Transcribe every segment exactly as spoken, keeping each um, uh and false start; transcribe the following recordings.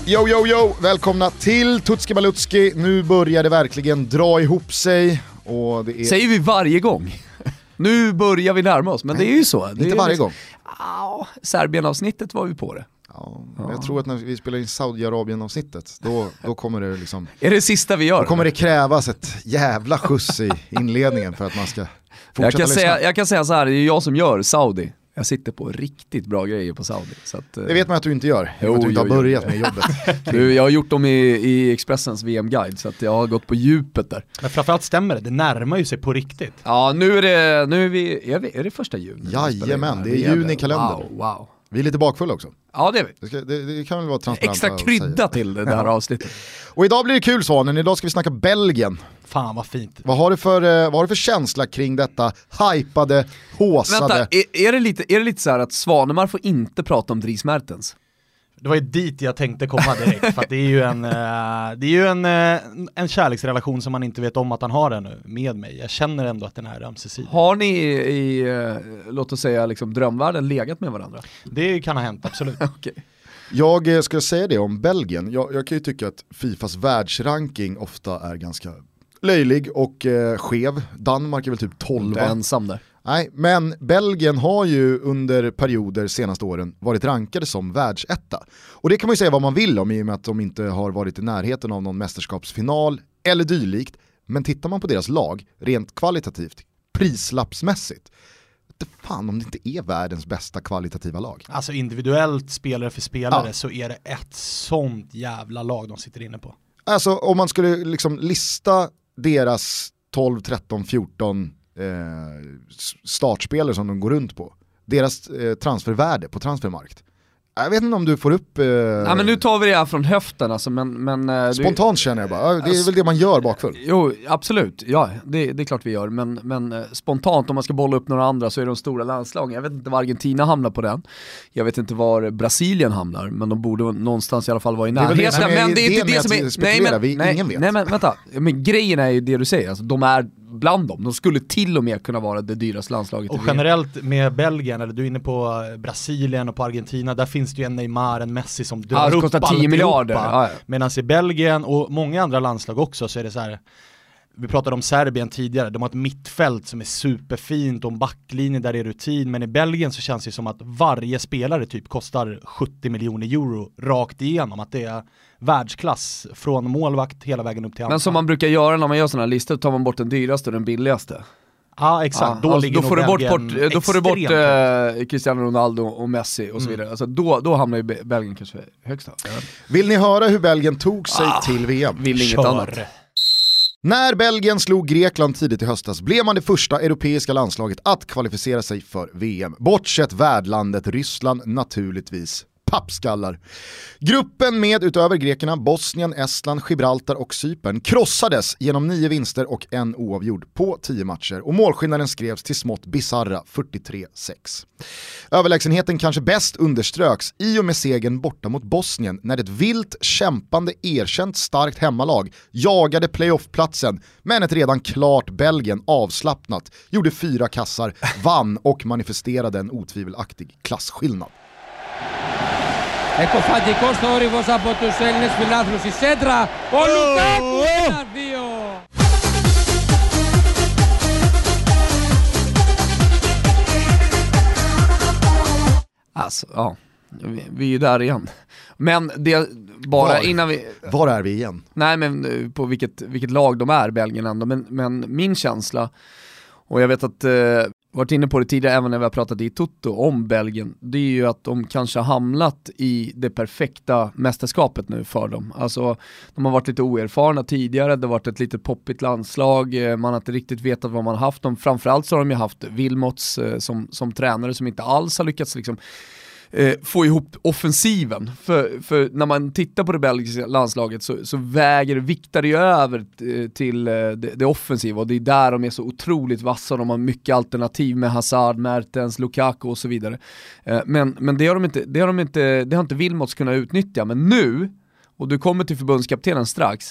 Yo, yo, yo! Välkomna till Tutski Balutski. Nu börjar det verkligen dra ihop sig. Och det är... Säger vi varje gång. Nu börjar vi närma oss, men Nej, det är ju så. Det inte är varje liksom... gång. Ja, Serbien-avsnittet var vi på det. Ja, men jag tror att när vi spelar in Saudiarabien-avsnittet, då, då kommer det liksom... Är det sista vi gör? Då kommer det krävas ett jävla skjuts i inledningen för att man ska fortsätta jag kan lyssna. säga, jag kan säga så här, det är jag som gör Saudi. Jag sitter på riktigt bra grejer på Saudi. Så att, det vet man att du inte gör, jo, att du inte jo, har börjat jo. med jobbet. Du, jag har gjort dem i, i Expressens V M-guide, så att jag har gått på djupet där. Men framförallt stämmer det, det närmar ju sig på riktigt. Ja, nu är det, nu är vi, är, vi, är det första juni? Jajamän, det är juni i kalendern. Wow, wow. Vi är lite bakfulla också. Ja, det är vi. Det, ska, det, det kan väl vara transparent. Extra krydda till det här avsnittet. Och idag blir det kul, Svanen. Idag ska vi snacka Belgien. Fan vad fint. Vad har du för, vad har du för känsla kring detta hypade, håsade... Vänta, är, är, det lite, är det lite så här att Svanemar får inte prata om Dries Mertens? Det var ju dit jag tänkte komma direkt, för att det är ju en, det är ju en, en kärleksrelation som man inte vet om att han har ännu med mig. Jag känner ändå att den är ömsesidig. Har ni i, i låt oss säga, liksom drömvärlden legat med varandra? Det kan ha hänt, absolut. Okay. Jag ska säga det om Belgien. Jag, jag kan ju tycka att Fifas världsranking ofta är ganska löjlig och eh, skev. Danmark är väl typ tolv. Du är ensam där. Nej, men Belgien har ju under perioder senaste åren varit rankade som världsetta. Och det kan man ju säga vad man vill om, i och med att de inte har varit i närheten av någon mästerskapsfinal eller dylikt. Men tittar man på deras lag rent kvalitativt, prislappsmässigt, det fan om det inte är världens bästa kvalitativa lag. Alltså individuellt, spelare för spelare, ja. Så är det ett sånt jävla lag de sitter inne på. Alltså om man skulle liksom lista deras tolv, tretton, fjorton Eh, startspelare som de går runt på, deras eh, transfervärde på transfermarkt. Jag vet inte om du får upp... Eh... Ja, men nu tar vi det här från höften alltså, men, men, eh, spontant du... känner jag bara, det är alltså, väl det man gör bakfull. Jo, absolut, ja, det, det är klart vi gör, men, men eh, spontant om man ska bolla upp några andra så är de stora landslagen. Jag vet inte var Argentina hamnar på den, jag vet inte var Brasilien hamnar, men de borde någonstans i alla fall vara i närheten. Det men det är inte det som är... Nej, men, vi, nej, ingen vet. Nej, men vänta, men grejen är ju det du säger, alltså, de är bland dem. De skulle till och med kunna vara det dyraste landslaget. Och generellt med Belgien, eller du är inne på Brasilien och på Argentina, där finns det ju en Neymar, en Messi som drar alltså, upp tio miljarder. Ja, ja. Medan i Belgien och många andra landslag också så är det så här, vi pratade om Serbien tidigare, de har ett mittfält som är superfint och en backlinje där det är rutin, men i Belgien så känns det som att varje spelare typ kostar sjuttio miljoner euro rakt igenom, att det är världsklass från målvakt hela vägen upp till anfall. Men som man brukar göra när man gör sådana här listor, tar man bort den dyraste och den billigaste. Ja, exakt. Ja, då, alltså, ligger då, får du bort, bort, då får du bort eh, Cristiano Ronaldo och Messi och så vidare. Mm. Alltså, då, då hamnar ju Belgien kanske högst. Vill ni höra hur Belgien tog sig ah, till V M? Vill inget Kör. annat. När Belgien slog Grekland tidigt i höstas blev man det första europeiska landslaget att kvalificera sig för V M. Bortsett värdlandet Ryssland naturligtvis. Pappskallar. Gruppen med utöver grekerna Bosnien, Estland, Gibraltar och Cypern krossades genom nio vinster och en oavgjord på tio matcher och målskillnaden skrevs till smått bizarra fyrtiotre sex. Överlägsenheten kanske bäst underströks i och med segern borta mot Bosnien när ett vilt, kämpande, erkänt starkt hemmalag jagade playoffplatsen, men ett redan klart Belgien avslappnat gjorde fyra kassar, vann och manifesterade en otvivelaktig klasskillnad. Εκοφαντικός θόρυβος από τους Έλληνες φιλάθλους. Η σέντρα, ο Λουκάκου, ένα δύο. Alltså, ja, vi, vi är ju där igen. Men det bara var, innan vi... Var är vi igen? Nej, men på vilket, vilket lag de är, Belgien ändå. Men, men min känsla, och jag vet att... Eh, varit inne på det tidigare även när vi har pratat i Toto om Belgien, det är ju att de kanske har hamnat i det perfekta mästerskapet nu för dem. Alltså de har varit lite oerfarna tidigare, det har varit ett litet poppigt landslag, man har inte riktigt vetat vad man har haft dem. Framförallt så har de ju haft Wilmots som, som tränare som inte alls har lyckats liksom Eh, få ihop offensiven, för, för när man tittar på det belgiska landslaget så, så väger det, viktar det ju över t- till eh, det, det offensiva, och det är där de är så otroligt vassa. De har mycket alternativ med Hazard, Mertens, Lukaku och så vidare, eh, men, men det har de inte, det har de inte, det har inte Wilmots kunnat utnyttja. Men nu, och du kommer till förbundskaptenen strax,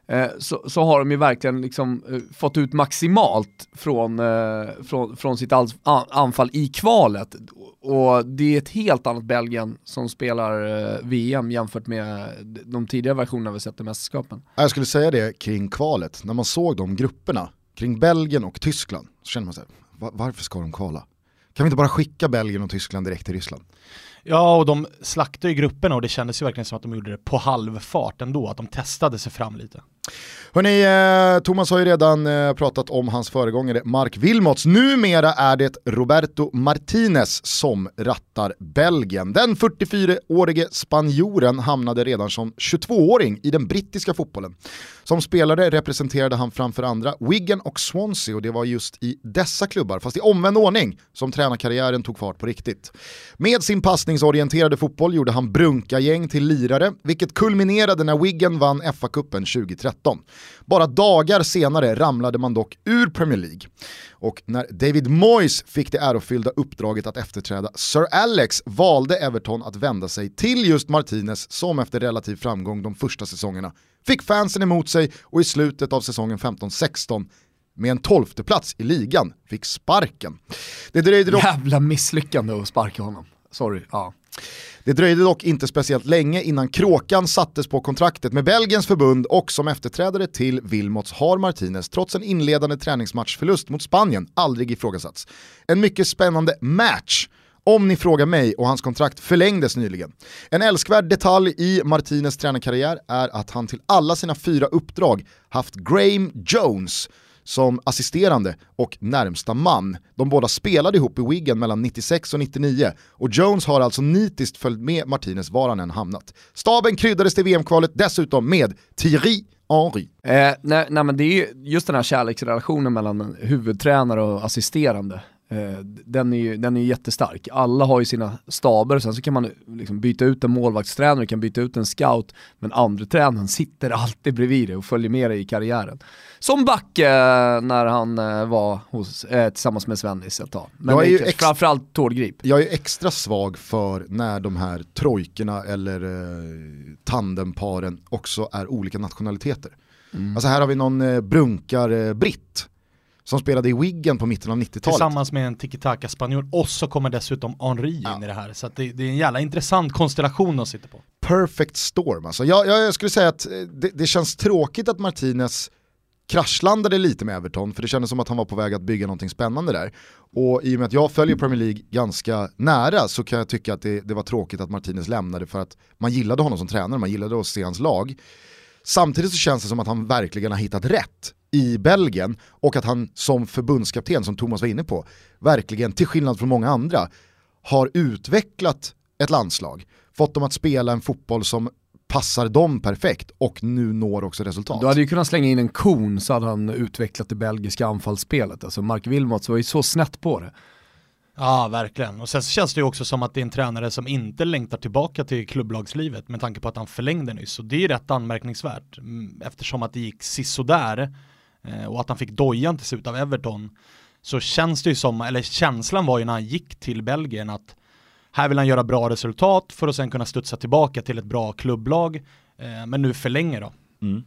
eh, så, så har de ju verkligen liksom, eh, fått ut maximalt från, eh, från, från sitt all, an, anfall i kvalet. Och det är ett helt annat Belgien som spelar eh, V M jämfört med de tidigare versionerna vi sett i mästerskapen. Jag skulle säga det kring kvalet. När man såg de grupperna kring Belgien och Tyskland så känner man sig, var, varför ska de kvala? Kan vi inte bara skicka Belgien och Tyskland direkt till Ryssland? Ja, och de slaktade i grupperna och det kändes ju verkligen som att de gjorde det på halvfart ändå, att de testade sig fram lite. Hörrni, eh, Thomas har ju redan eh, pratat om hans föregångare Mark Wilmots. Numera är det Roberto Martinez som rattar Belgien. Den fyrtiofyraårige spanjoren hamnade redan som tjugotvååring i den brittiska fotbollen. Som spelare representerade han framför andra Wigan och Swansea, och det var just i dessa klubbar, fast i omvänd ordning, som tränarkarriären tog fart på riktigt. Med sin passningsorienterade fotboll gjorde han brunka-gäng till lirare, vilket kulminerade när Wigan vann F A-cupen tjugohundratretton. Bara dagar senare ramlade man dock ur Premier League. Och när David Moyes fick det ärofyllda uppdraget att efterträda Sir Alex valde Everton att vända sig till just Martinez, som efter relativ framgång de första säsongerna fick fansen emot sig och i slutet av säsongen femton sexton med en tolfte plats i ligan fick sparken. Det dröjde dock... Jävla misslyckande att sparka honom. Sorry, ja. Det dröjde dock inte speciellt länge innan kråkan sattes på kontraktet med Belgiens förbund, och som efterträdare till Wilmots har Martinez trots en inledande träningsmatchförlust mot Spanien aldrig ifrågasatts. En mycket spännande match, om ni frågar mig, och hans kontrakt förlängdes nyligen. En älskvärd detalj i Martinez tränarkarriär är att han till alla sina fyra uppdrag haft Graham Jones som assisterande och närmsta man. De båda spelade ihop i Wigan mellan nittiosex och nittionio, och Jones har alltså nitiskt följt med Martinez var han än hamnat. Staben kryddades till V M-kvalet dessutom med Thierry Henry. Eh, nej, nej, men det är ju just den här kärleksrelationen mellan huvudtränare och assisterande. Eh, den är ju den är ju jättestark. Alla har ju sina staber, sen så kan man liksom byta ut en målvaktstränare, kan byta ut en scout, men andra tränaren sitter alltid bredvid dig och följer med dig i karriären. Som Back eh, när han eh, var hos, eh, tillsammans med Svennis ett tag. Men jag är ju ex- ex- framförallt Tårdgrip. Jag är extra svag för när de här trojkerna eller eh, tandemparen också är olika nationaliteter. Mm. Alltså här har vi någon eh, brunkar eh, britt som spelade i Wigan på mitten av nittiotalet. Tillsammans med en tiki-taka-spanjor, och så kommer dessutom Henry ja. in i det här. Så att det, det är en jävla intressant konstellation de sitter på. Perfect storm. Alltså jag, jag skulle säga att det, det känns tråkigt att Martinez kraschlandade lite med Everton, för det kändes som att han var på väg att bygga någonting spännande där. Och i och med att jag följer Premier League ganska nära så kan jag tycka att det, det var tråkigt att Martinez lämnade, för att man gillade honom som tränare, man gillade att se hans lag. Samtidigt så känns det som att han verkligen har hittat rätt i Belgien, och att han som förbundskapten, som Thomas var inne på, verkligen till skillnad från många andra har utvecklat ett landslag, fått dem att spela en fotboll som passar dem perfekt och nu når också resultat. Du hade ju kunnat slänga in en kon så hade han utvecklat det belgiska anfallsspelet. Alltså Mark Wilmots var ju så snett på det. Ja, verkligen. Och sen så känns det ju också som att det är en tränare som inte längtar tillbaka till klubblagslivet med tanke på att han förlängde nyss. Och det är rätt anmärkningsvärt eftersom att det gick sisådär och att han fick dojan till slut av Everton. Så känns det ju som, eller känslan var ju när han gick till Belgien att här vill han göra bra resultat för att sen kunna studsa tillbaka till ett bra klubblag. Men nu förlänger då. Mm.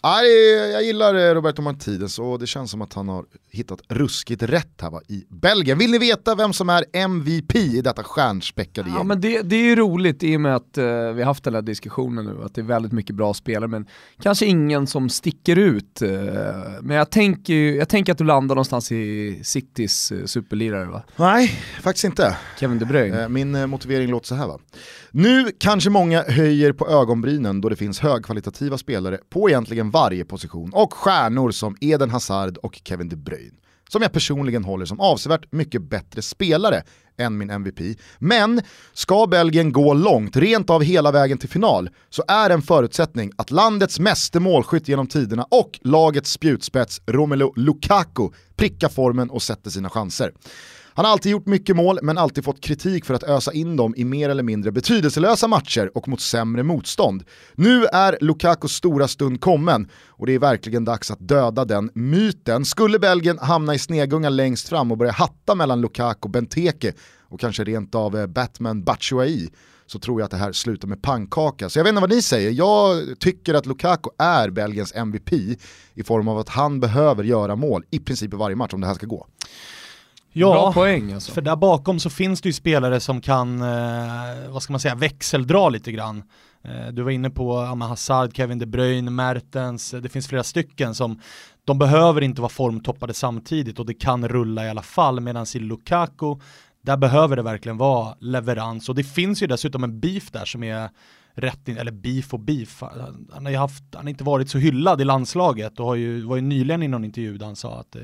Jag gillar Roberto Martinez, och det känns som att han har hittat ruskigt rätt här va, i Belgien. Vill ni veta vem som är M V P i detta stjärnspäckade gäng? Ja, men det, det är ju roligt i och med att uh, vi har haft den här diskussionen nu, att det är väldigt mycket bra spelare, men kanske ingen som sticker ut. Uh, men jag tänker, jag tänker att du landar någonstans i Citys uh, superlirare va? Nej, faktiskt inte. Kevin De Bruyne. Min uh, motivering låter så här va. Nu kanske många höjer på ögonbrynen då det finns högkvalitativa spelare på egentligen varje position, och stjärnor som Eden Hazard och Kevin De Bruyne, som jag personligen håller som avsevärt mycket bättre spelare än min M V P. Men ska Belgien gå långt, rent av hela vägen till final, så är en förutsättning att landets meste målskytt genom tiderna och lagets spjutspets Romelu Lukaku prickar formen och sätter sina chanser. Han har alltid gjort mycket mål, men alltid fått kritik för att ösa in dem i mer eller mindre betydelselösa matcher och mot sämre motstånd. Nu är Lukakos stora stund kommen, och det är verkligen dags att döda den myten. Skulle Belgien hamna i snegunga längst fram och börja hatta mellan Lukaku, Benteke och kanske rent av Batman Batshuayi, så tror jag att det här slutar med pannkaka. Så jag vet inte vad ni säger. Jag tycker att Lukaku är Belgiens M V P i form av att han behöver göra mål i princip i varje match om det här ska gå. Ja, bra poäng alltså. För där bakom så finns det ju spelare som kan, eh, vad ska man säga, växeldra lite grann. Eh, du var inne på ja, Hazard, Kevin De Bruyne, Mertens, det finns flera stycken som de behöver inte vara formtoppade samtidigt och det kan rulla i alla fall, medan i Lukaku där behöver det verkligen vara leverans, och det finns ju dessutom en beef där som är rätt in, eller beef och beef. Han har ju haft, han har inte varit så hyllad i landslaget och har ju, var ju nyligen i någon intervju där han sa att eh,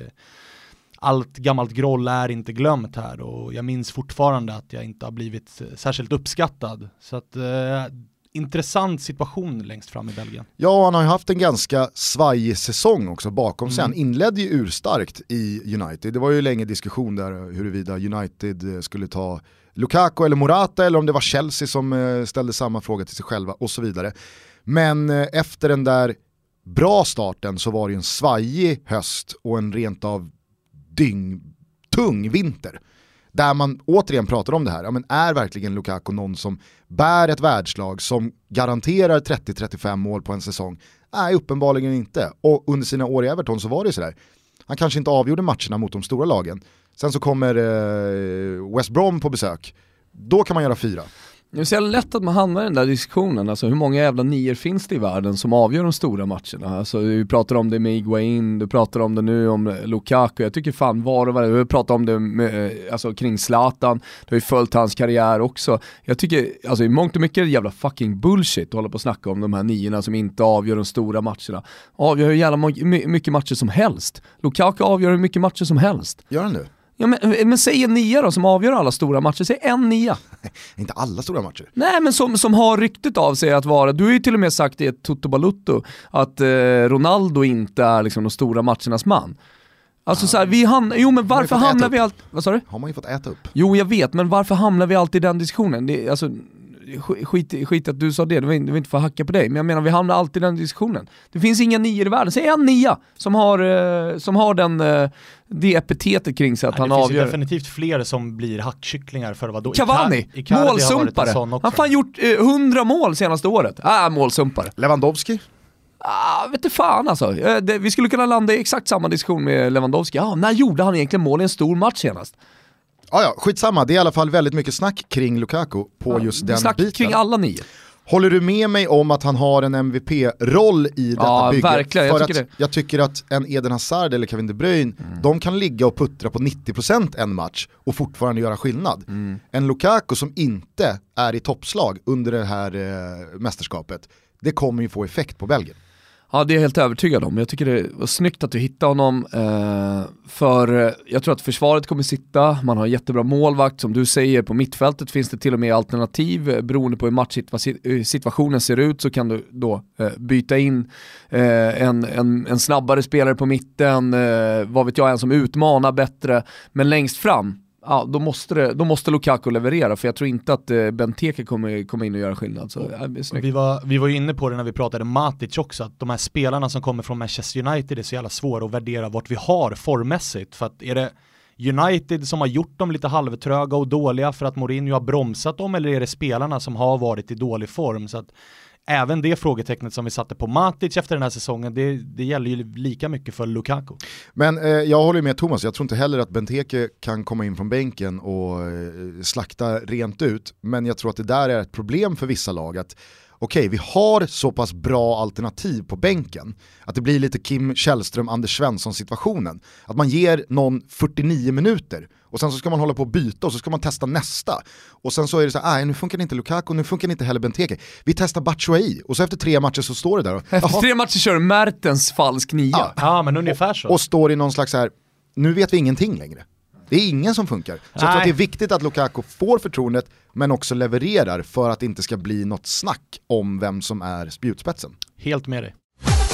allt gammalt groll är inte glömt här, och jag minns fortfarande att jag inte har blivit särskilt uppskattad. Så att eh, intressant situation längst fram i Belgien. Ja, han har ju haft en ganska svajig säsong också bakom Mm. sig. Han inledde ju urstarkt i United. Det var ju länge diskussion där huruvida United skulle ta Lukaku eller Morata, eller om det var Chelsea som ställde samma fråga till sig själva och så vidare. Men efter den där bra starten så var det ju en svajig höst och en rent av dyng, tung vinter. Där man återigen pratar om det här. Ja, men är verkligen Lukaku någon som bär ett världslag som garanterar trettio till trettiofem mål på en säsong? Nej, uppenbarligen inte. Och under sina år i Everton så var det sådär. Han kanske inte avgjorde matcherna mot de stora lagen. Sen så kommer eh, West Brom på besök. Då kan man göra fyra. Det är så lätt att man hamnar i den där diskussionen. Alltså, hur många jävla nior finns det i världen som avgör de stora matcherna? Alltså, vi pratar om det med Higuain, du pratar om det nu om Lukaku. Jag tycker fan var och var. Vi pratar om det med, alltså, kring Zlatan. Det har ju följt hans karriär också. Jag tycker, alltså i mångt och mycket är det jävla fucking bullshit att hålla på och snacka om de här niorna som inte avgör de stora matcherna. Avgör hur jävla mycket matcher som helst. Lukaku avgör hur mycket matcher som helst. Gör han nu? Ja, men, men säg en nia då som avgör alla stora matcher. Säg en nia. Inte alla stora matcher. Nej, men som, som har ryktet av sig att vara, du har ju till och med sagt i ett Toto Balutto att eh, Ronaldo inte är liksom de stora matchernas man. Alltså ja. så här, vi hamnar, jo men varför hamnar vi alltid, vad sa du? Har man ju fått äta upp. Jo jag vet, men varför hamnar vi alltid i den diskussionen? Det, alltså, skit, skit att du sa det, det var inte för att hacka på dig, men jag menar vi hamnar alltid i den diskussionen. Det finns inga nior i världen, säg en nia som har, eh, som har den, eh, det epitetet kring sig att ja, han det avgör. Det finns definitivt fler som blir hackkycklingar för vad då. Cavani, Icardi målsumpare. Han har fan gjort eh, hundra mål senaste året. Ah, målsumpare. Lewandowski? Ah, vet du fan alltså. Det, vi skulle kunna landa i exakt samma diskussion med Lewandowski. Ah, när gjorde han egentligen mål i en stor match senast? Ah, ja, skitsamma, det är i alla fall väldigt mycket snack kring Lukaku på ja, just den snack biten. Kring alla nio. Håller du med mig om att han har en M V P-roll i detta ja, bygge? Verkligen, jag För tycker att det. jag tycker att en Eden Hazard eller Kevin De Bruyne, mm. de kan ligga och puttra på nittio procent en match och fortfarande göra skillnad. Mm. En Lukaku som inte är i toppslag under det här eh, mästerskapet, det kommer ju få effekt på Belgien. Ja, det är jag helt övertygad om. Jag tycker det var snyggt att du hittade honom. Eh, för jag tror att försvaret kommer sitta. Man har en jättebra målvakt. Som du säger, på mittfältet finns det till och med alternativ. Beroende på hur matchsituationen ser ut så kan du då eh, byta in eh, en, en, en snabbare spelare på mitten. Eh, vad vet jag, en som utmanar bättre. Men längst fram, ja, då, måste det, då måste Lukaku leverera, för jag tror inte att eh, Benteke kommer komma in och göra skillnad. Så, ja, vi, var, vi var ju inne på det när vi pratade Matic också, att de här spelarna som kommer från Manchester United är så jävla svåra att värdera vart vi har formmässigt. För att är det United som har gjort dem lite halvtröga och dåliga för att Mourinho har bromsat dem, eller är det spelarna som har varit i dålig form? Så att även det frågetecknet som vi satte på Matic efter den här säsongen, det, det gäller ju lika mycket för Lukaku. Men eh, jag håller med Thomas, jag tror inte heller att Benteke kan komma in från bänken och eh, slakta rent ut, men jag tror att det där är ett problem för vissa lag, att okej, vi har så pass bra alternativ på bänken att det blir lite Kim Källström, Anders Svensson situationen. Att man ger någon fyrtionio minuter och sen så ska man hålla på att byta och så ska man testa nästa. Och sen så är det så här, nej nu funkar inte Lukaku, nu funkar inte heller Benteke. Vi testar Batshuayi och så efter tre matcher så står det där. Och, efter aha. tre matcher kör Mertens falsk nia. Ja, ja men ungefär så. Och, och står i någon slags så här, nu vet vi ingenting längre. Det är ingen som funkar. Så nej. Jag tror att det är viktigt att Lukaku får förtroendet men också levererar för att det inte ska bli något snack om vem som är spjutspetsen. Helt med dig.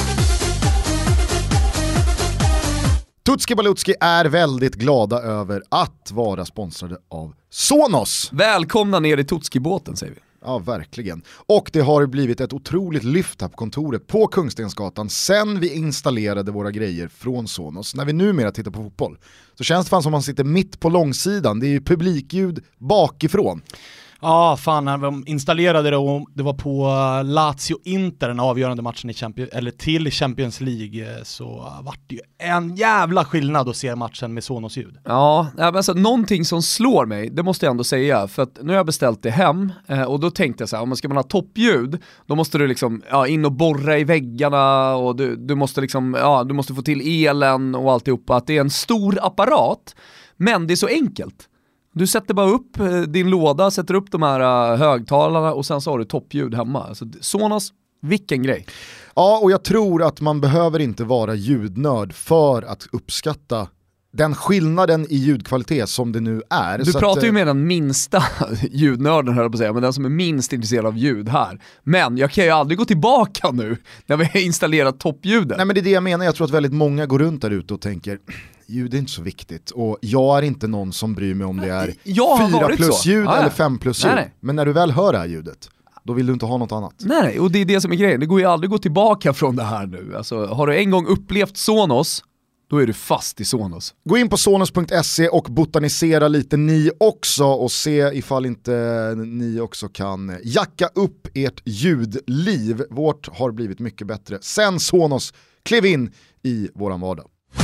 Tutski Balutski är väldigt glada över att vara sponsrade av Sonos. Välkomna ner i Tutski-båten, säger vi. Ja, verkligen. Och det har blivit ett otroligt lyft här på kontoret på Kungstensgatan sen vi installerade våra grejer från Sonos. När vi numera tittar på fotboll så känns det fan som man sitter mitt på långsidan. Det är ju publikljud bakifrån. Ja, ah, fan, när de installerade det och det var på Lazio-Inter, den avgörande matchen i Champions, eller till Champions League, så vart det ju en jävla skillnad att se matchen med Sonos ljud. Ja, alltså, någonting som slår mig, det måste jag ändå säga, för att nu har jag beställt det hem och då tänkte jag så här, om man ska man ha toppljud, då måste du liksom ja, in och borra i väggarna och du, du måste liksom, ja, du måste få till elen och alltihopa, att det är en stor apparat, men det är så enkelt. Du sätter bara upp din låda, sätter upp de här högtalarna och sen så har du toppljud hemma. Alltså, Sonos, vilken grej. Ja, och jag tror att man behöver inte vara ljudnörd för att uppskatta den skillnaden i ljudkvalitet som det nu är. Du så pratar att, ju med den minsta ljudnörden, hör jag på att säga, men den som är minst intresserad av ljud här. Men jag kan ju aldrig gå tillbaka nu när vi har installerat toppljudet. Nej, men det är det jag menar, jag tror att väldigt många går runt där ute och tänker ljud är inte så viktigt och jag är inte någon som bryr mig om det är fyra plus ljud ah, ja. eller fem plus ljud. Nej, nej. Men när du väl hör det här ljudet, då vill du inte ha något annat. Nej, nej, och det är det som är grejen. Det går ju aldrig gå tillbaka från det här nu. Alltså, har du en gång upplevt Sonos, då är du fast i Sonos. Gå in på sonos punkt se och botanisera lite ni också och se ifall inte ni också kan jacka upp ert ljudliv. Vårt har blivit mycket bättre sen Sonos klev in i våran vardag.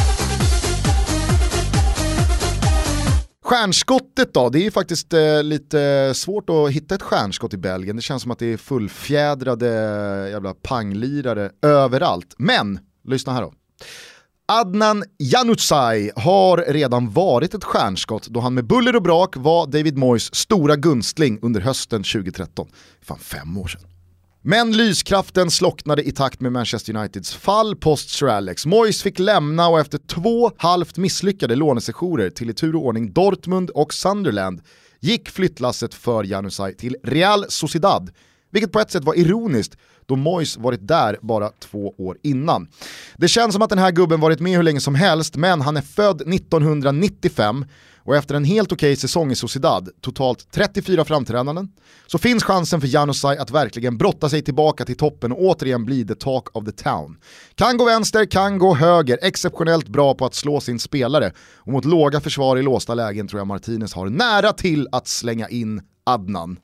Stjärnskottet då, det är faktiskt eh, lite svårt att hitta ett stjärnskott i Belgien. Det känns som att det är fullfjädrade jävla panglirare överallt. Men, lyssna här då. Adnan Januzaj har redan varit ett stjärnskott då han med buller och brak var David Moyes stora gunstling under hösten tjugohundratretton. Fan, fem år sedan. Men lyskraften slocknade i takt med Manchester Uniteds fall post Sir Alex. Moyes fick lämna och efter två halvt misslyckade lånesessioner till i tur och ordning Dortmund och Sunderland gick flyttlasset för Januzaj till Real Sociedad, vilket på ett sätt var ironiskt då Moyes varit där bara två år innan. Det känns som att den här gubben varit med hur länge som helst, men han är född nittonhundranittiofem och efter en helt okej säsong i Sociedad, totalt trettiofyra framträdanden, så finns chansen för Januzaj att verkligen brotta sig tillbaka till toppen och återigen bli the talk of the town. Kan gå vänster, kan gå höger, exceptionellt bra på att slå sin spelare och mot låga försvar i låsta lägen tror jag Martinez har nära till att slänga in Adnan.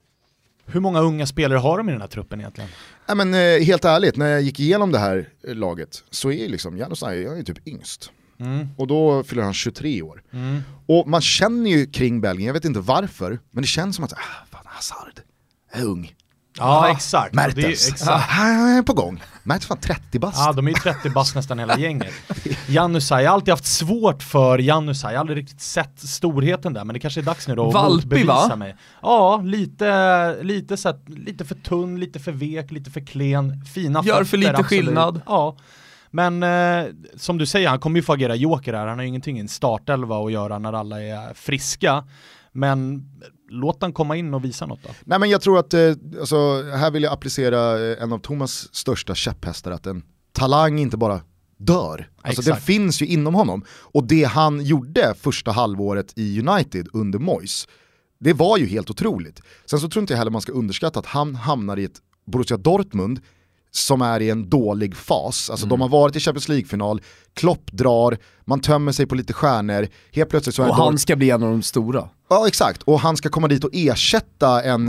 Hur många unga spelare har de i den här truppen egentligen? Ja, men, eh, helt ärligt, när jag gick igenom det här laget så är liksom Januzaj, jag är typ yngst. Mm. Och då fyller han tjugotre år. Mm. Och man känner ju kring Belgien, jag vet inte varför, men det känns som att ah, fan, Hazard är ung. Ja, ja, exakt. Mertens, exakt. Han är på gång. Mertens fan trettio bast. Ja, de är ju trettio bast nästan hela gänget. Januzaj, jag har alltid haft svårt för Januzaj. Jag har aldrig riktigt sett storheten där, men det kanske är dags nu då att Valpig, va? mig. Ja, lite, lite, så att, lite för tunn, lite för vek, lite för klen. Fina Gör fötter, för lite absolut. skillnad. Ja. Men eh, som du säger, han kommer ju få agera joker här. Han har ju ingenting i en startelva att göra när alla är friska. Men låt han komma in och visa något då. Nej, men jag tror att, eh, alltså, här vill jag applicera en av Thomas största käpphästar, att en talang inte bara dör. Alltså den finns ju inom honom. Och det han gjorde första halvåret i United under Moyes, det var ju helt otroligt. Sen så tror inte jag heller man ska underskatta att han hamnar i ett Borussia Dortmund som är i en dålig fas. Alltså mm. de har varit i Champions League-final, Klopp drar, man tömmer sig på lite stjärnor, helt plötsligt så är och han ska bli en av de stora. Ja, exakt. Och han ska komma dit och ersätta en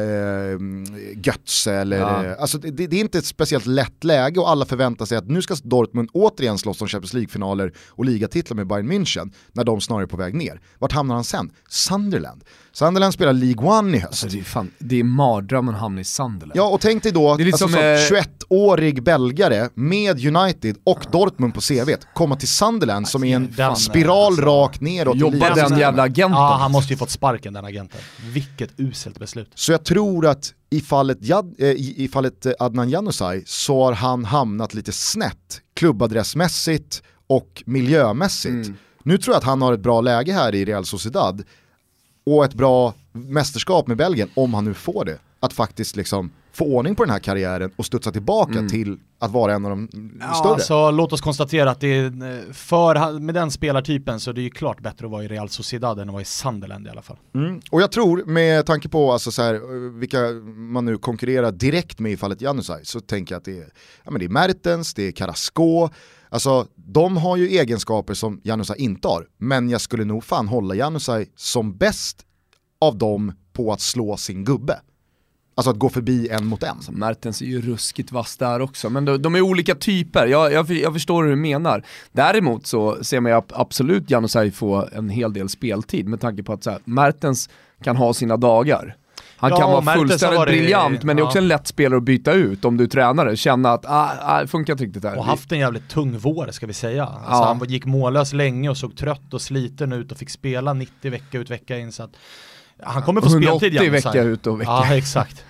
eh, Götze eller ja. Alltså det, det är inte ett speciellt lätt läge och alla förväntar sig att nu ska Dortmund återigen slåss om Champions League-finaler och ligatitlar med Bayern München när de snarare är på väg ner. Vart hamnar han sen? Sunderland. Sunderland spelar League One i höst. Alltså det är fan, det är mardrömmen att hamna i Sunderland. Ja, och tänk dig då att alltså, som äh... tjugoett-årig belgare med United och Dortmund på C V:t komma till Sunderland alltså, som är en fan, spiral alltså, rakt neråt. Jobba den jävla agenten. Ja, han måste ju fått sparken, den agenten. Vilket uselt beslut. Så jag tror att i fallet, Jad, äh, i fallet Adnan Januzaj så har han hamnat lite snett klubbadressmässigt och miljömässigt. Mm. Nu tror jag att han har ett bra läge här i Real Sociedad och ett bra mästerskap med Belgien, om han nu får det, att faktiskt liksom få ordning på den här karriären och studsa tillbaka mm. till att vara en av de ja, större. Alltså, låt oss konstatera att det är för, med den spelartypen så är det ju klart bättre att vara i Real Sociedad än att vara i Sunderland i alla fall. Mm. Och jag tror, med tanke på alltså, så här, vilka man nu konkurrerar direkt med i fallet Januzaj, så tänker jag att det är, ja, men det är Mertens, det är Carrasco. Alltså, de har ju egenskaper som Januzaj inte har, men jag skulle nog fan hålla Januzaj som bäst av dem på att slå sin gubbe. Alltså att gå förbi en mot en. Alltså, Mertens är ju ruskigt vass där också. Men de, de är olika typer. Jag, jag, jag förstår hur du menar. Däremot så ser man ju absolut Januzaj få en hel del speltid. Med tanke på att så här, Mertens kan ha sina dagar. Han ja, kan vara Mertens fullständigt varit, briljant. Men ja. det är också en lätt spelare att byta ut om du är tränare. Känna att ah, ah, det funkar inte riktigt där. Och haft en jävligt tung vår ska vi säga. Alltså, ja. Han gick mållös länge och såg trött och sliten ut. Och fick spela nittio vecka ut vecka in. Så att han kommer få speltid. hundraåttio vecka ut och vecka. Ja, exakt.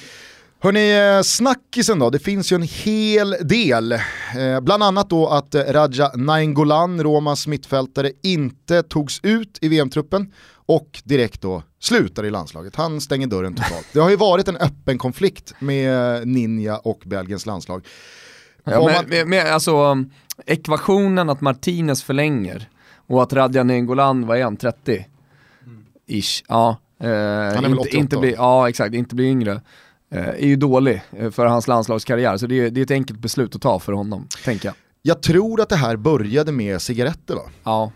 Hörrni, snackisen då, det finns ju en hel del. Eh, bland annat då att Radja Nainggolan, Romas mittfältare, inte togs ut i V M-truppen och direkt då slutar i landslaget. Han stänger dörren totalt. Det har ju varit en öppen konflikt med Ninja och Belgiens landslag. Ja, men, man... med, alltså, ekvationen att Martinez förlänger och att Radja Nainggolan var igen trettio ish. Ja, eh, Han är väl inte, inte bli, ja, exakt, inte bli yngre. är ju dålig för hans landslagskarriär, så det är, det är ett enkelt beslut att ta för honom, tänker jag. Jag tror att det här började med cigaretter va? Ja.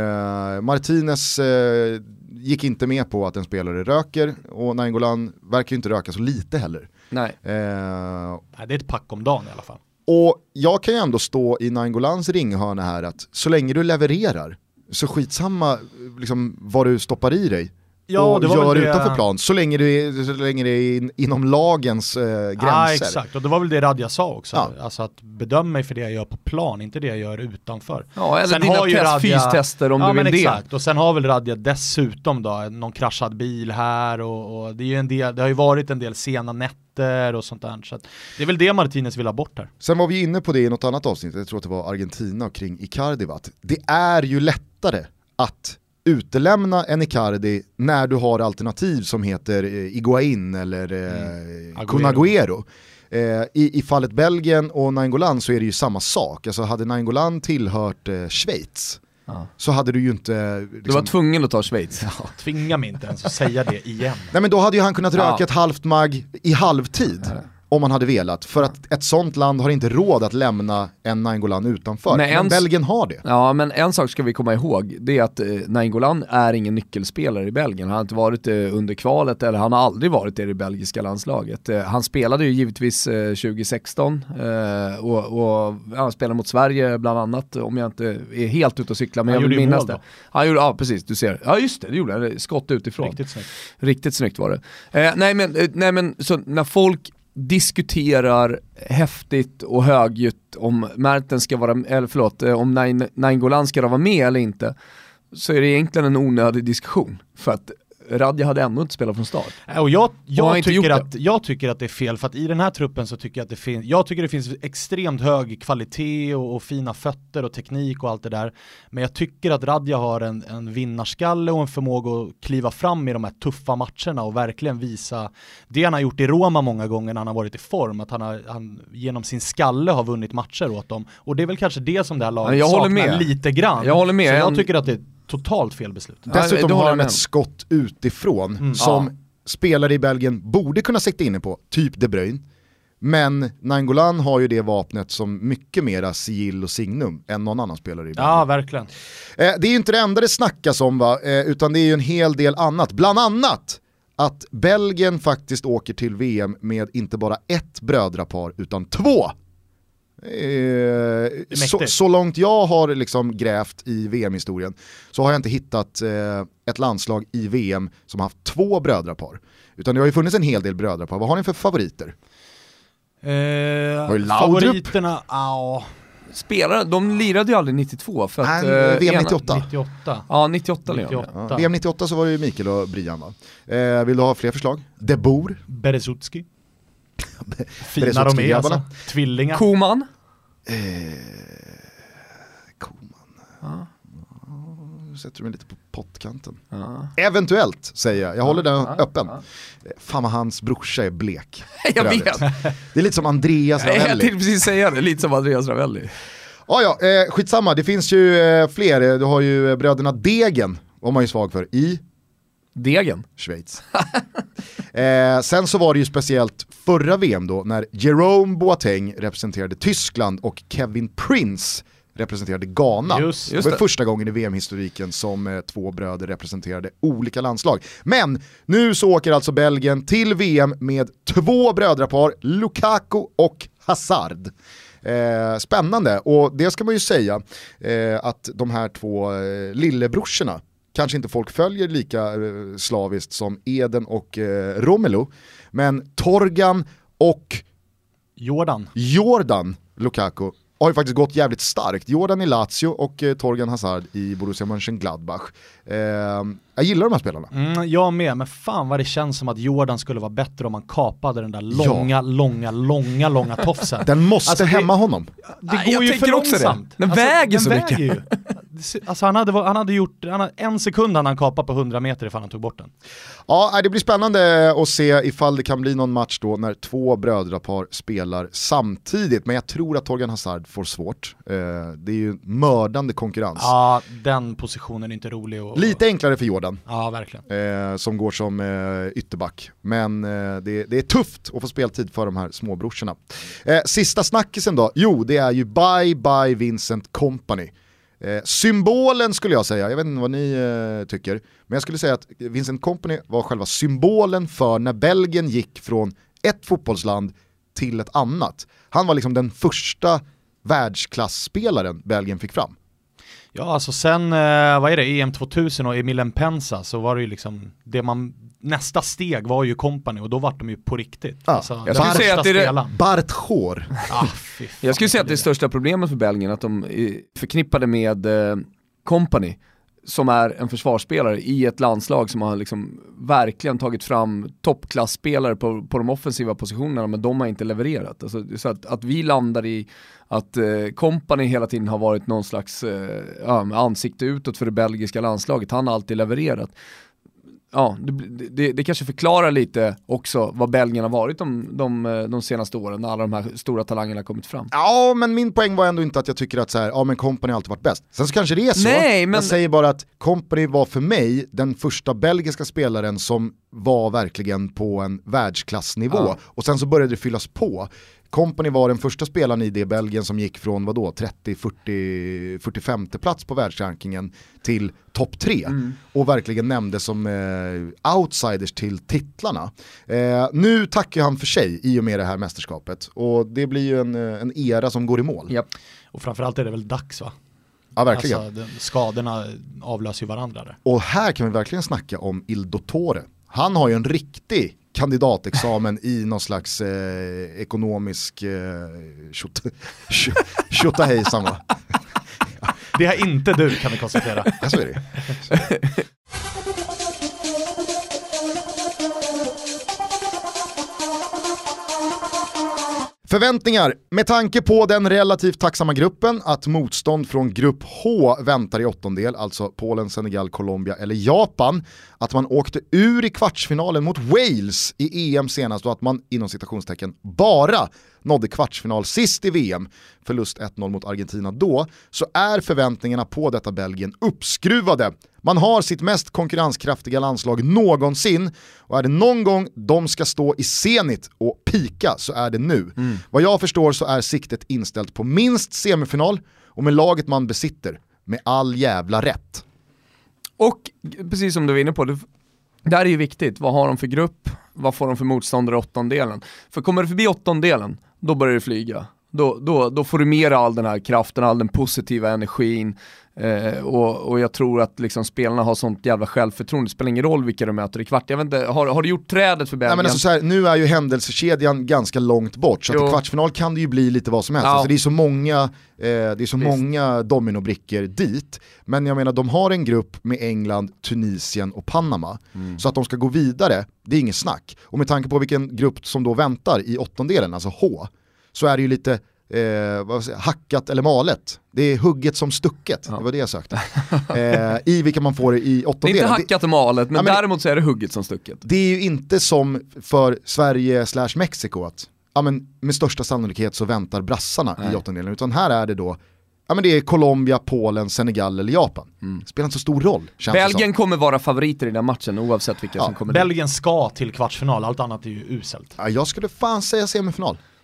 Eh, Martinez eh, gick inte med på att en spelare röker och Nainggolan verkar ju inte röka så lite heller. Nej. Eh, Nej, det är ett pack om dagen i alla fall. Och jag kan ju ändå stå i Nainggolans ringhörna här att så länge du levererar så skitsamma liksom, vad du stoppar i dig. Ja, och det var gör det... utanför plan, så länge det är, så länge det är in, inom lagens eh, gränser. Ja, exakt, och det var väl det Radja sa också. Ja. Alltså att bedöma mig för det jag gör på plan, inte det jag gör utanför. Ja, eller sen dina har ju test, Radja... fystester om ja, du vill men det. Exakt, och sen har väl Radja dessutom då någon kraschad bil här och, och det är ju en del, det har ju varit en del sena nätter och sånt där. Så att det är väl det Martinez vill ha bort här. Sen var vi inne på det i något annat avsnitt, jag tror att det var Argentina och kring Icardi. Det är ju lättare att utelämna en Icardi när du har alternativ som heter eh, Higuain eller eh, Kun Agüero. Eh, i, I fallet Belgien och Nainggolan så är det ju samma sak. Alltså hade Nainggolan tillhört eh, Schweiz ja. så hade du ju inte... Liksom... Du var tvungen att ta Schweiz. Ja, tvinga mig inte ens att säga det igen. Nej, men då hade ju han kunnat röka ja. ett halvt mag i halvtid. Ja. Om man hade velat, för att ett sånt land har inte råd att lämna en Nainggolan utanför. Men, men Belgien har det. Ja, men en sak ska vi komma ihåg, det är att eh, Nainggolan är ingen nyckelspelare i Belgien. Han har inte varit eh, under kvalet, eller han har aldrig varit det i det belgiska landslaget. Eh, han spelade ju givetvis eh, tjugo sexton eh, och, och han spelade mot Sverige bland annat, om jag inte är helt ute och cykla, men han jag vill minnas det. Han gjorde, ja precis, du ser. Ja just det, det gjorde han. Skott utifrån. Riktigt snyggt. Riktigt snyggt var det. Eh, nej, men, eh, nej men, så när folk diskuterar häftigt och högljutt om Mertens ska vara, eller förlåt, om Nainggolan ska vara med eller inte, så är det egentligen en onödig diskussion, för att Radja hade ändå inte spelat från start. Och jag, jag, och tycker att, jag tycker att det är fel, för att i den här truppen så tycker jag att det finns, jag tycker det finns extremt hög kvalitet och, och fina fötter och teknik och allt det där, men jag tycker att Radja har en, en vinnarskalle och en förmåga att kliva fram i de här tuffa matcherna och verkligen visa det han har gjort i Roma många gånger när han har varit i form, att han, har, han genom sin skalle har vunnit matcher åt dem, och det är väl kanske det som det här laget jag saknar med. lite grann. Jag håller med. Så jag en... tycker att det är totalt fel beslut. Dessutom ja, har han ett skott utifrån mm. som ja. spelare i Belgien borde kunna sikta inne på, typ De Bruyne. Men Nainggolan har ju det vapnet som mycket mera sigill och signum än någon annan spelare i Belgien. Ja, verkligen. Eh, det är ju inte det enda det snackas om va, eh, utan det är ju en hel del annat. Bland annat att Belgien faktiskt åker till V M med inte bara ett brödrapar utan två. Eh, så, så långt jag har liksom grävt i V M-historien så har jag inte hittat eh, ett landslag i V M som har haft två brödrapar, utan det har ju funnits en hel del brödrapar. Vad har ni för favoriter? Eh, favoriterna, ja. Spelare, de lirade ju aldrig nittiotvå för att, Nej, eh, V M nittioåtta. nittioåtta. Ja, nittioåtta, nittioåtta. Ja, V M nittioåtta så var det ju Mikael och Brian va? Eh, vill du ha fler förslag? De Boer, Berezutski. Fina de är alltså. Tvillingar. Koman. Eh, Koman. Ja. Ja, sätter du mig lite på pottkanten. Ja. Eventuellt säger jag. Jag håller den ja, öppen. Ja. Fan vad hans brorsa är blek. Jag vet. Det är lite som Andreas Ravelli. Jag tänkte precis säga det. Lite som Andreas Ravelli. Ja, ja, eh, skitsamma. Det finns ju eh, fler. Du har ju bröderna Degen. Var man ju svag för. I Degen. Schweiz. eh, sen så var det ju speciellt förra V M då när Jerome Boateng representerade Tyskland och Kevin Prince representerade Ghana. Just, just det var första gången i V M-historiken som eh, två bröder representerade olika landslag. Men nu så åker alltså Belgien till V M med två brödrapar, Lukaku och Hazard. Eh, spännande, och det ska man ju säga eh, att de här två eh, lillebrorsorna kanske inte folk följer lika eh, slaviskt som Eden och eh, Romelu, men Torgan och Jordan Jordan Lukaku har ju faktiskt gått jävligt starkt. Jordan i Lazio och eh, Torgan Hazard i Borussia Mönchengladbach. Eh, jag gillar de här spelarna. Mm, jag med, men fan vad det känns som att Jordan skulle vara bättre om man kapade den där långa, ja. långa, långa, långa tofsen. Den måste alltså, hämma det, honom. Det går jag ju för långsamt. Den alltså, väger den så väger mycket. Ju. Alltså han hade, han hade gjort han hade en sekund när han kapade på hundra meter ifall han tog bort den. Ja, det blir spännande att se ifall det kan bli någon match då när två brödrapar spelar samtidigt. Men jag tror att Torgan Hazard får svårt. Det är ju mördande konkurrens. Ja, den positionen är inte rolig. Och, lite enklare för Jordan. Ja, verkligen. Eh, som går som eh, ytterback. Men eh, det, det är tufft att få speltid för de här småbrorsorna. Eh, sista snackisen då? Jo, det är ju bye bye Vincent Kompany. Eh, symbolen skulle jag säga, jag vet inte vad ni eh, tycker, men jag skulle säga att Vincent Kompany var själva symbolen för när Belgien gick från ett fotbollsland till ett annat. Han var liksom den första världsklasspelaren Belgien fick fram. Ja, alltså sen, eh, vad är det, E M tvåtusen och Emil Mpensa, så var det ju liksom, det man, nästa steg var ju Kompany och då var de ju på riktigt. Ja, alltså, jag skulle säga att det är det, Bart Hår. Ah, jag skulle säga att det är största problemet för Belgien att de är förknippade med eh, Kompany som är en försvarsspelare i ett landslag som har liksom verkligen tagit fram toppklassspelare på, på de offensiva positionerna, men de har inte levererat. Alltså, så att, att vi landar i att eh, Kompany hela tiden har varit någon slags eh, ja, ansikte utåt för det belgiska landslaget. Han har alltid levererat. Ja, det, det, det kanske förklarar lite också vad Belgien har varit de, de, de senaste åren när alla de här stora talangerna har kommit fram. Ja, men min poäng var ändå inte att jag tycker att så här, ja men Kompany alltid varit bäst. Sen så kanske det är så. Nej, men... Jag säger bara att Kompany var för mig den första belgiska spelaren som var verkligen på en världsklassnivå. Ja. Och sen så började det fyllas på. Kompany var den första spelaren i det Belgien som gick från vadå, trettio, fyrtio, fyrtiofemte plats på världsrankingen till topp tre mm. och verkligen nämndes som eh, outsiders till titlarna. Eh, nu tackar han för sig i och med det här mästerskapet och det blir ju en, en era som går i mål. Yep. Och framförallt är det väl dags, va? Ja, verkligen. Alltså, den, skadorna avlöser ju varandra där. Och här kan vi verkligen snacka om Il Dottore. Han har ju en riktig kandidatexamen i någon slags eh, ekonomisk tjotahejsan eh, va? Det är inte du, kan vi konstatera. Ja, så är det. Förväntningar. Med tanke på den relativt tacksamma gruppen att motstånd från grupp H väntar i åttondel, alltså Polen, Senegal, Colombia eller Japan, att man åkte ur i kvartsfinalen mot Wales i E M senast och att man inom citationstecken bara nådde kvartsfinal sist i V M, förlust ett noll mot Argentina då, så är förväntningarna på detta Belgien uppskruvade. Man har sitt mest konkurrenskraftiga landslag någonsin och är det någon gång de ska stå i zenit och pika så är det nu. Mm. Vad jag förstår så är siktet inställt på minst semifinal och med laget man besitter med all jävla rätt. Och precis som du var inne på, det där är ju viktigt. Vad har de för grupp? Vad får de för motståndare i åttondelen? För kommer det förbi åttondelen, då börjar det flyga. Då, då, då får du mer all den här kraften, all den positiva energin. Eh, och, och jag tror att liksom spelarna har sånt jävla självförtroende. Det spelar ingen roll vilka de möter i kvart. Jag vet inte, har, har du gjort trädet för Belgien? Nej, men alltså så här, nu är ju händelsekedjan ganska långt bort. Så att i kvartsfinal kan det ju bli lite vad som helst. Ja. Alltså det är så många, eh, det är så många dominobrickor dit. Men jag menar, de har en grupp med England, Tunisien och Panama. Mm. Så att de ska gå vidare, det är inget snack. Och med tanke på vilken grupp som då väntar i åttondelen, alltså H, så är det ju lite Eh, vad säger, hackat eller malet. Det är hugget som stucket. Ja. Det var det jag sökte. Eh, I vilka man får i åttondelen. Det är inte hackat och malet, men, ja, men däremot så är det hugget som stucket. Det är ju inte som för Sverige slash Mexiko att ja, men med största sannolikhet så väntar brassarna Nej. i åttondelen. Utan här är det då ja, men det är Colombia, Polen, Senegal eller Japan. Mm. Spelar inte så stor roll. Belgien kommer vara favoriter i den matchen oavsett vilka ja, som kommer. Belgien dit. Ska till kvartsfinal, allt annat är ju uselt. Ja, jag skulle fan säga semifinal.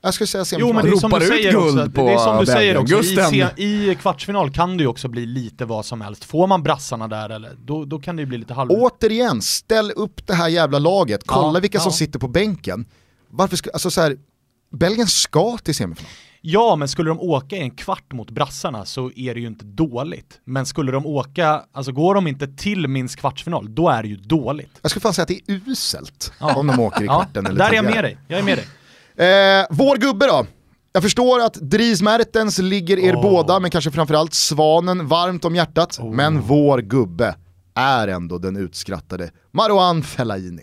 Jag skulle säga Jo, men det är som du säger också, det är som du säger också. I, I kvartsfinal kan det ju också bli lite vad som helst. Får man brassarna där, eller, då, då kan det ju bli lite halv... Återigen, ställ upp det här jävla laget. Kolla ja, vilka ja. som sitter på bänken. Varför ska, alltså så här, Belgien ska till semifinal. Ja, men skulle de åka i en kvart mot brassarna så är det ju inte dåligt. Men skulle de åka, alltså går de inte till minst kvartsfinal, då är det ju dåligt. Jag skulle fan säga att det är uselt ja. om de åker i kvarten. Ja, eller där är jag tidigare. med dig, jag är med dig. Eh, vår gubbe då? Jag förstår att Dries Mertens ligger er oh. båda, men kanske framförallt Svanen varmt om hjärtat. Oh. Men vår gubbe är ändå den utskrattade Marouane Fellaini.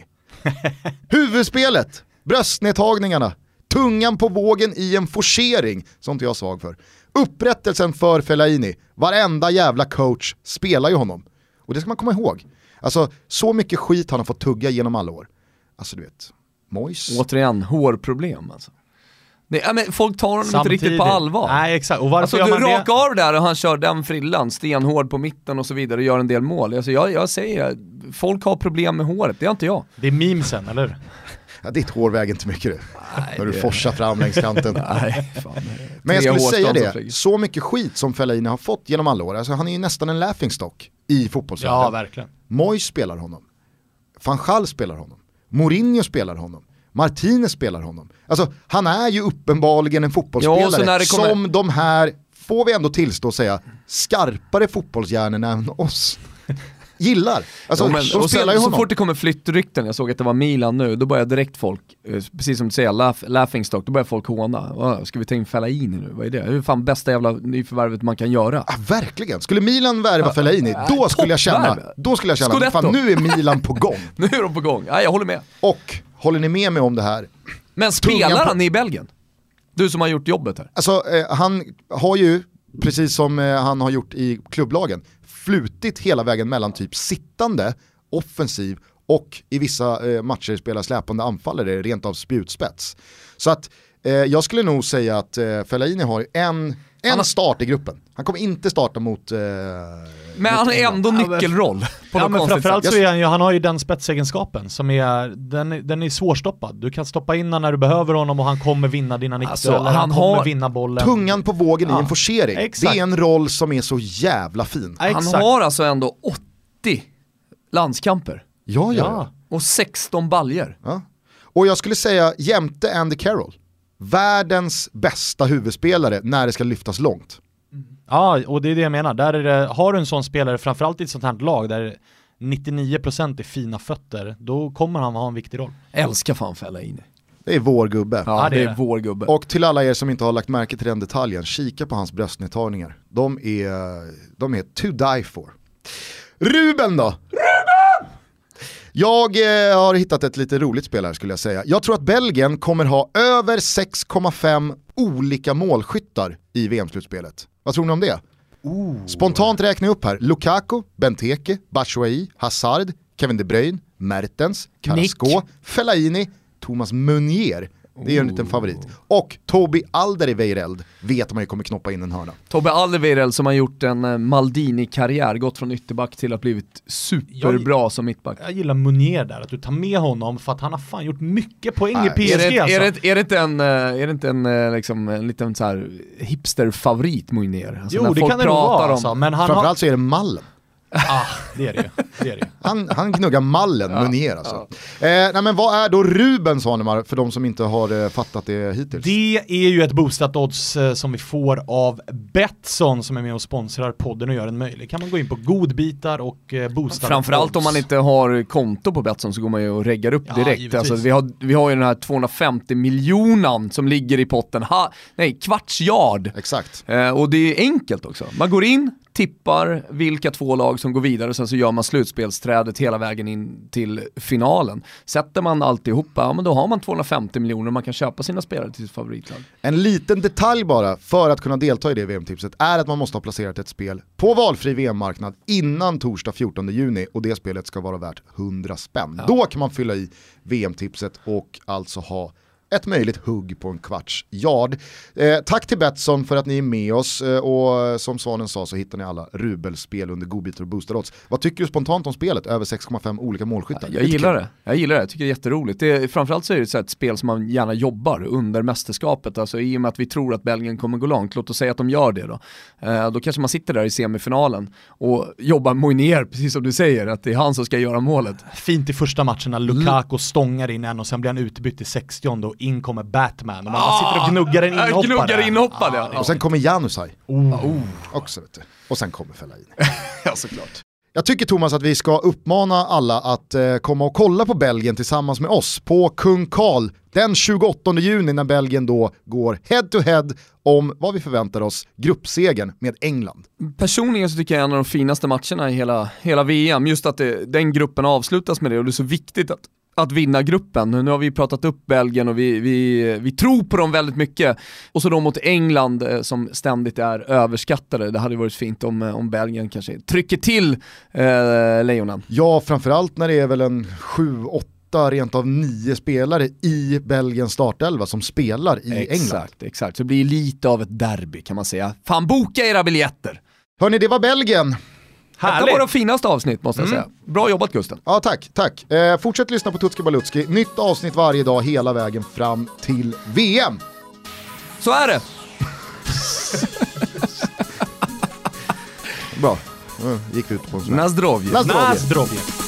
Huvudspelet, bröstnedtagningarna, tungan på vågen i en forcering, sånt jag är svag för. Upprättelsen för Fellaini, varenda jävla coach spelar ju honom. Och det ska man komma ihåg. Alltså, så mycket skit han har fått tugga genom alla år. Alltså du vet, Mois. Återigen, hårproblem alltså. Det, ja, men folk tar honom Samtidigt. inte riktigt på allvar. Nej, exakt. Och varför alltså, du man rakar av där och han kör den frillan, stenhård på mitten och så vidare och gör en del mål. Alltså, jag, jag säger, folk har problem med håret, det har inte jag. Det är memesen, eller? Ja, ditt hår väger inte mycket du. Nej, när du det... forsar fram längs kanten. Nej, fan. Men jag skulle säga det, så mycket skit som Fellaini har fått genom alla år. Alltså, han är ju nästan en laughingstock i fotbollsvärlden. Ja, verkligen. Mois spelar honom. Van Gaal spelar honom. Mourinho spelar honom. Martinez spelar honom. Alltså, han är ju uppenbarligen en fotbollsspelare ja, kommer... som de här, får vi ändå tillstå och säga, skarpare fotbollshjärnorna än oss gillar. Alltså, ja, men, de och spelar sen, ju så fort det kommer flyttrykten, jag såg att det var Milan nu, då börjar direkt folk, precis som du säger, laugh, laughingstock, då börjar folk håna. Ska vi ta in Fellaini nu? Vad är det? Det är fan bästa jävla nyförvärvet man kan göra. Ja, verkligen. Skulle Milan värva ja, Fellaini, äh, då skulle jag känna, då skulle jag känna, fan nu är Milan på gång. Nu är de på gång, ja, jag håller med. Och, håller ni med mig om det här? Men spelar han i Belgien? Du som har gjort jobbet här. Alltså, eh, han har ju, precis som eh, han har gjort i klubblagen, flutit hela vägen mellan typ sittande, offensiv och i vissa eh, matcher spelar släpande anfallare rent av spjutspets. Så att eh, jag skulle nog säga att eh, Fellaini har en, en har... start i gruppen. Han kommer inte starta mot... Eh, men han har ändå nyckelroll. På ja, men framförallt så är han ju, han har ju den spetsegenskapen som är, den, den är svårstoppad. Du kan stoppa in när du behöver honom och han kommer vinna dina nickdueller. Alltså, han, han kommer har vinna bollen. Tungan på vågen ja. i en forcering. Exakt. Det är en roll som är så jävla fin. Ja, han har alltså ändå åttio landskamper. Ja, ja. ja. Och sexton baljer. Ja. Och jag skulle säga jämte Andy Carroll, världens bästa huvudspelare när det ska lyftas långt. Ja, och det är det jag menar. Där är det, har du en sån spelare, framförallt i ett sånt här lag där nittionio procent är fina fötter, då kommer han ha en viktig roll. Älskar fan Fellaini. Det är vår gubbe. Ja, det är, det är vår gubbe. Och till alla er som inte har lagt märke till den detaljen, kika på hans bröstnedtagningar. De är, de är to die for. Ruben då? Ruben! Jag eh, har hittat ett lite roligt spel här skulle jag säga. Jag tror att Belgien kommer ha över sex komma fem olika målskyttar i V M-slutspelet. Vad tror ni om det? Ooh. Spontant räknar jag upp här. Lukaku, Benteke, Batshuayi, Hazard, Kevin De Bruyne, Mertens, Carrasco, Fellaini, Thomas Meunier. Det är en liten favorit. Och Toby Alderweireld vet man ju kommer knoppa in en hörna. Toby Alderweireld som har gjort en Maldini-karriär, gått från ytterback till att blivit superbra jag, som mittback. Jag gillar Meunier där, att du tar med honom för att han har fan gjort mycket poäng Nej. i P S G. Är det, alltså. är det, är det inte en, är det inte en, liksom, en liten så här hipster-favorit Meunier? Alltså jo, det kan det nog vara. Alltså, men han framförallt har... så är det mallen. Ah, det är det, det, är det. Han, han gnuggar mallen, ja, Meunier alltså. Ja. Eh, nej, men vad är då Rubens Hanemar för de som inte har eh, fattat det hittills? Det är ju ett boostat odds eh, som vi får av Betsson som är med och sponsrar podden och gör den möjlig. Kan man gå in på godbitar och eh, boosta. Framförallt odds. om man inte har konto på Betsson så går man ju och reggar upp direkt. Ja, alltså, vi, har, vi har ju den här tvåhundrafemtio miljoner som ligger i potten. Ha, nej, kvartsjard. Exakt. Eh, och det är enkelt också. Man går in, tippar vilka två lag som går vidare och sen så gör man slutspelsträdet hela vägen in till finalen. Sätter man alltihopa, ja men då har man tvåhundrafemtio miljoner och man kan köpa sina spelare till sitt favoritlag. En liten detalj bara för att kunna delta i det V M-tipset är att man måste ha placerat ett spel på valfri V M-marknad innan torsdag fjortonde juni och det spelet ska vara värt hundra spänn. Ja. Då kan man fylla i V M-tipset och alltså ha ett möjligt hugg på en kvarts yard. Eh, tack till Betsson för att ni är med oss eh, och som Svanen sa så hittar ni alla rubelspel under godbitar och boosterodds. Vad tycker du spontant om spelet? Över sex komma fem olika målskyttar. Jag gillar det. Jag gillar det. Jag tycker det är jätteroligt. Det är, framförallt så är det så ett spel som man gärna jobbar under mästerskapet. Alltså i och med att vi tror att Belgien kommer gå långt. Låt oss säga att de gör det då. Eh, då kanske man sitter där i semifinalen och jobbar Moinier, precis som du säger, att det är han som ska göra målet. Fint i första matchen när Lukaku stångar in en och sen blir han utbytt i sextionde och in kommer Batman. Och man ah, sitter och gnuggar en inhoppare. Gnuggar inhoppare, ah, ja. Och sen kommer Janusaj. Oh. Oh. Också, vet du. Och sen kommer Fellaini. Ja, såklart. Jag tycker Thomas att vi ska uppmana alla att eh, komma och kolla på Belgien tillsammans med oss på Kung Karl den tjugoåttonde juni när Belgien då går head to head om vad vi förväntar oss gruppsegern med England. Personligen så tycker jag en av de finaste matcherna i hela, hela V M, just att det, den gruppen avslutas med det och det är så viktigt att att vinna gruppen. Nu har vi pratat upp Belgien och vi, vi, vi tror på dem väldigt mycket. Och så då mot England eh, som ständigt är överskattade. Det hade varit fint om, om Belgien kanske trycker till eh, lejonen. Ja, framförallt när det är väl en sju, åtta, rent av nio spelare i Belgiens startelva som spelar i exakt, England. Exakt, exakt. Så det blir lite av ett derby kan man säga. Fan, boka era biljetter! Hörrni, det var Belgien. Härligt. Det var de finaste avsnitt måste jag mm. säga. Bra jobbat Gusten. Ja, tack, tack. Eh, fortsätt lyssna på Tutski Balutski. Nytt avsnitt varje dag hela vägen fram till V M. Så är det. Bra. Uh, gick ut på en sån här. Nazdrovje. Nazdrovje. Nazdrovje.